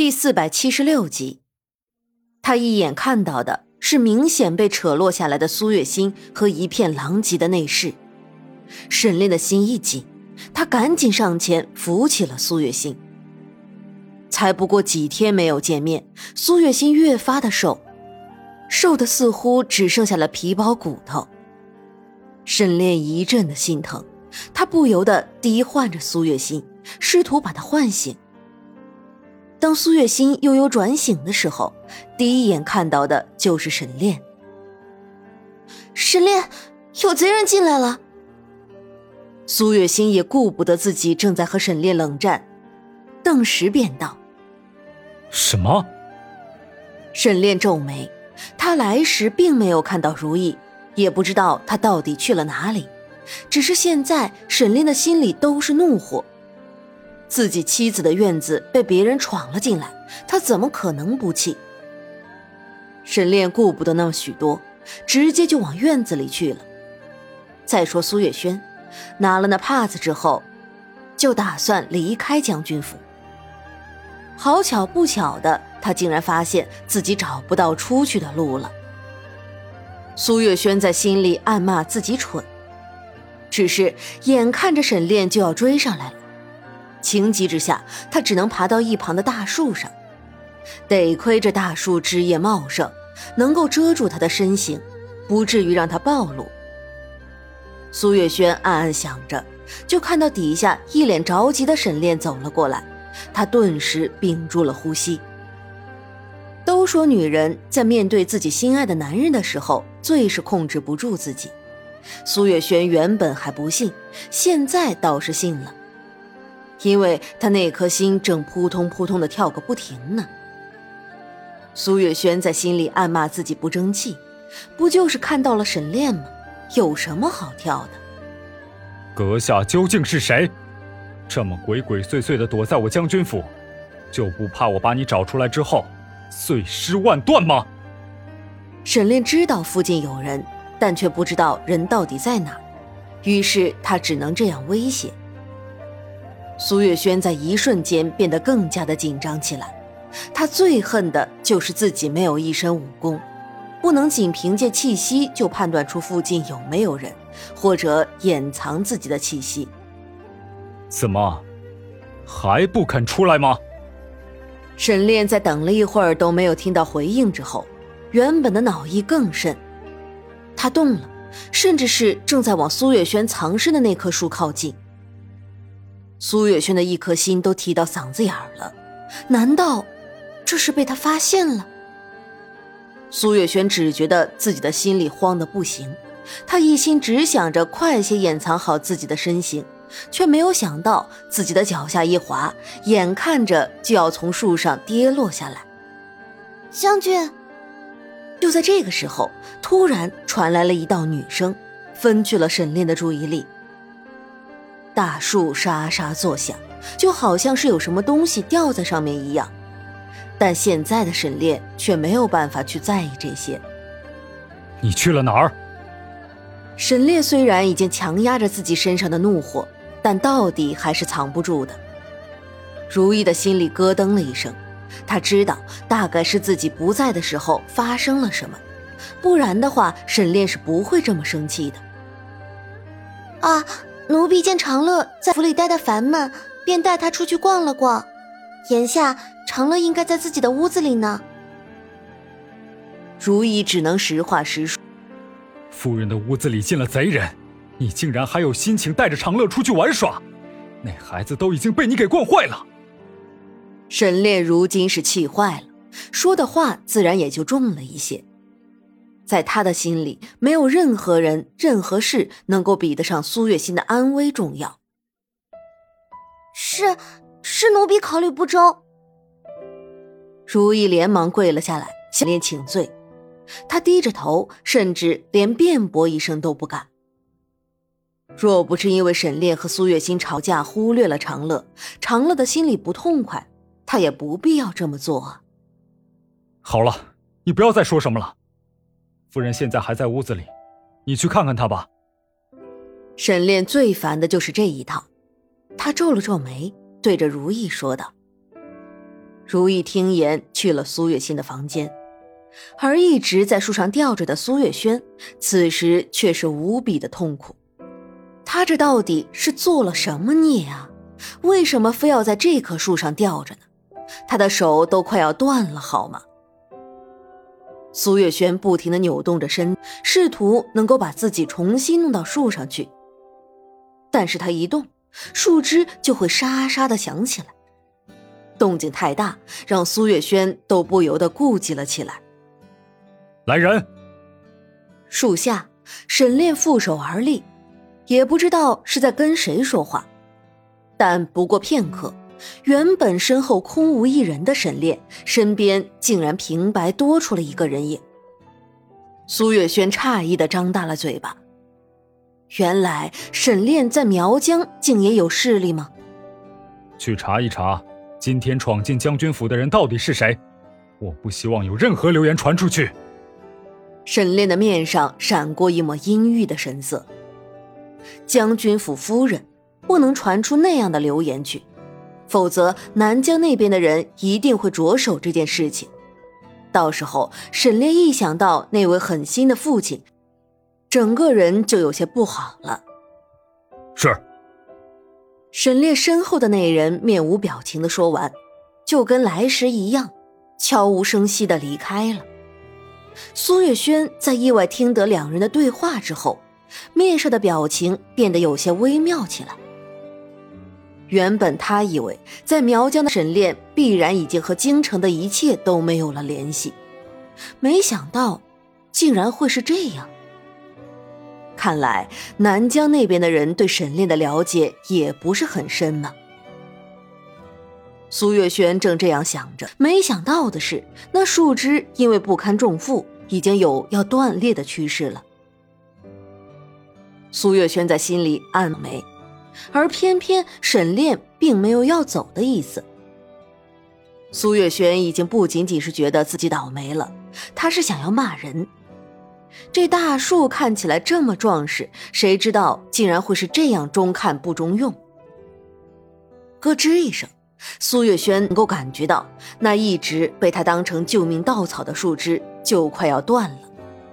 第476集，他一眼看到的是明显被扯落下来的苏月心和一片狼藉的内室。沈炼的心一紧，他赶紧上前扶起了苏月心。才不过几天没有见面，苏月心越发的瘦得似乎只剩下了皮包骨头。沈炼一阵的心疼，他不由得低唤着苏月心，试图把她唤醒。当苏月心悠悠转醒的时候，第一眼看到的就是沈炼。 沈炼，有贼人进来了。 苏月心也顾不得自己正在和沈炼冷战，顿时便道： 什么？ 沈炼皱眉，他来时并没有看到如意，也不知道他到底去了哪里，只是现在沈炼的心里都是怒火。自己妻子的院子被别人闯了进来，他怎么可能不气？沈炼顾不得那么许多，直接就往院子里去了。再说苏月轩拿了那帕子之后，就打算离开将军府。好巧不巧的，他竟然发现自己找不到出去的路了。苏月轩在心里暗骂自己蠢，只是眼看着沈炼就要追上来了，情急之下，他只能爬到一旁的大树上。得亏这大树枝叶茂盛，能够遮住他的身形，不至于让他暴露。苏月轩暗暗想着，就看到底下一脸着急的沈炼走了过来，他顿时屏住了呼吸。都说女人在面对自己心爱的男人的时候，最是控制不住自己。苏月轩原本还不信，现在倒是信了，因为他那颗心正扑通扑通地跳个不停呢。苏月轩在心里暗骂自己不争气，不就是看到了沈炼吗？有什么好跳的？ 阁下究竟是谁？这么鬼鬼祟祟地躲在我将军府，就不怕我把你找出来之后碎尸万段吗？ 沈炼知道附近有人，但却不知道人到底在哪，于是他只能这样威胁。苏月轩在一瞬间变得更加的紧张起来，他最恨的就是自己没有一身武功，不能仅凭借气息就判断出附近有没有人，或者掩藏自己的气息。 怎么，还不肯出来吗？ 沈炼在等了一会儿都没有听到回应之后，原本的恼意更甚，他动了，甚至是正在往苏月轩藏身的那棵树靠近。苏月轩的一颗心都提到嗓子眼了，难道这是被他发现了？苏月轩只觉得自己的心里慌得不行，他一心只想着快些掩藏好自己的身形，却没有想到自己的脚下一滑，眼看着就要从树上跌落下来。 将军！ 就在这个时候，突然传来了一道女声，分去了沈炼的注意力。大树沙沙作响，就好像是有什么东西掉在上面一样，但现在的沈炼却没有办法去在意这些。 你去了哪儿？ 沈炼虽然已经强压着自己身上的怒火，但到底还是藏不住的。如意的心里咯噔了一声，他知道大概是自己不在的时候发生了什么，不然的话沈炼是不会这么生气的。 奴婢见长乐在府里待得烦闷，便带他出去逛了逛。眼下长乐应该在自己的屋子里呢。 如意只能实话实说。 夫人的屋子里进了贼人，你竟然还有心情带着长乐出去玩耍？那孩子都已经被你给惯坏了。 沈炼如今是气坏了，说的话自然也就重了一些。在他的心里，没有任何人任何事能够比得上苏月心的安危重要。 是奴婢考虑不周。 如意连忙跪了下来，向沈炼请罪。他低着头，甚至连辩驳一声都不敢。若不是因为沈炼和苏月心吵架忽略了长乐，长乐的心里不痛快，他也不必要这么做啊。 好了，你不要再说什么了。夫人现在还在屋子里，你去看看她吧。 沈炼最烦的就是这一套，他皱了皱眉，对着如意说道： 如意听言去了苏月心的房间，而一直在树上吊着的苏月轩此时却是无比的痛苦。他这到底是做了什么孽啊？为什么非要在这棵树上吊着呢？他的手都快要断了好吗？苏月轩不停地扭动着身，试图能够把自己重新弄到树上去，但是他一动，树枝就会沙沙地响起来，动静太大，让苏月轩都不由得顾忌了起来。 来人！ 树下，沈炼负手而立，也不知道是在跟谁说话，但不过片刻，原本身后空无一人的沈炼身边竟然平白多出了一个人影。苏月轩诧异地张大了嘴巴，原来沈炼在苗疆竟也有势力吗？ 去查一查今天闯进将军府的人到底是谁，我不希望有任何流言传出去。 沈炼的面上闪过一抹阴郁的神色，将军府夫人不能传出那样的流言去，否则南疆那边的人一定会着手这件事情。到时候沈炼一想到那位狠心的父亲，整个人就有些不好了。 是。 沈炼身后的那人面无表情地说完，就跟来时一样，悄无声息地离开了。苏月轩在意外听得两人的对话之后，面上的表情变得有些微妙起来。原本他以为在苗疆的沈炼必然已经和京城的一切都没有了联系，没想到竟然会是这样。看来南疆那边的人对沈炼的了解也不是很深呢。苏月轩正这样想着，没想到的是，那树枝因为不堪重负，已经有要断裂的趋势了。苏月轩在心里暗眉，而偏偏沈炼并没有要走的意思。苏月轩已经不仅仅是觉得自己倒霉了，他是想要骂人。这大树看起来这么壮实，谁知道竟然会是这样中看不中用。咯吱一声，苏月轩能够感觉到那一直被他当成救命稻草的树枝就快要断了。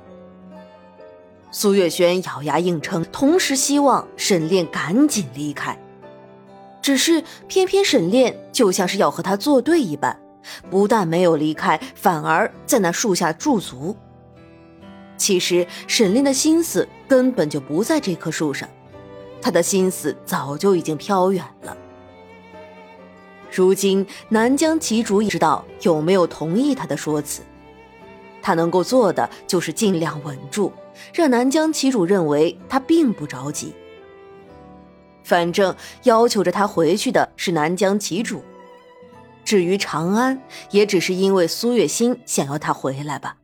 苏月轩咬牙硬撑，同时希望沈炼赶紧离开，只是偏偏沈炼就像是要和他作对一般，不但没有离开，反而在那树下驻足。其实沈炼的心思根本就不在这棵树上，他的心思早就已经飘远了。如今南疆旗主也知道有没有同意他的说辞，他能够做的就是尽量稳住，让南疆旗主认为他并不着急。反正要求着他回去的是南疆旗主，至于长安，也只是因为苏月心想要他回来吧。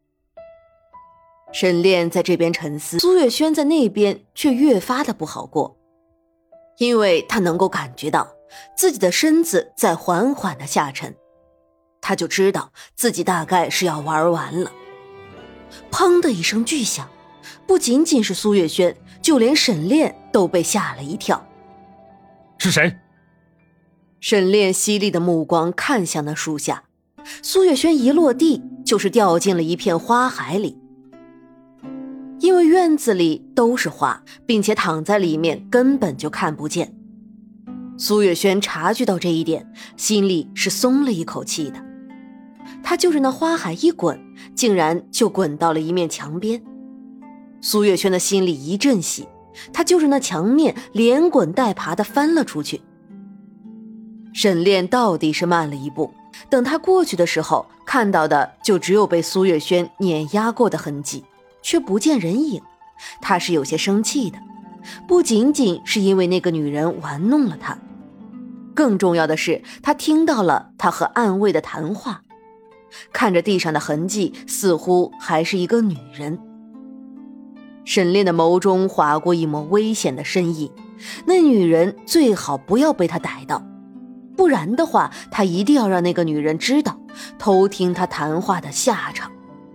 沈炼在这边沉思，苏月轩在那边却越发的不好过，因为他能够感觉到自己的身子在缓缓的下沉，他就知道自己大概是要玩完了。砰的一声巨响，不仅仅是苏月轩，就连沈炼都被吓了一跳。 是谁？ 沈炼犀利的目光看向那树下，苏月轩一落地就是掉进了一片花海里。因为院子里都是花，并且躺在里面根本就看不见。苏月轩察觉到这一点，心里是松了一口气的。他就着那花海一滚，竟然就滚到了一面墙边。苏月轩的心里一阵喜，他就着那墙面连滚带爬地翻了出去。沈炼到底是慢了一步，等他过去的时候，看到的就只有被苏月轩碾压过的痕迹，却不见人影。他是有些生气的，不仅仅是因为那个女人玩弄了他，更重要的是他听到了他和暗卫的谈话，看着地上的痕迹，似乎还是一个女人。沈炼的眸中划过一抹危险的深意，那女人最好不要被他逮到，不然的话他一定要让那个女人知道偷听他谈话的下场。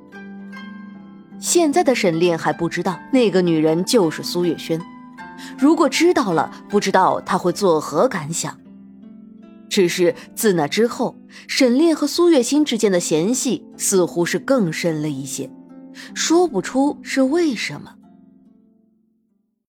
现在的沈炼还不知道那个女人就是苏月轩，如果知道了，不知道他会作何感想。 只是自那之后，沈炼和苏月心之间的嫌隙似乎是更深了一些，说不出是为什么。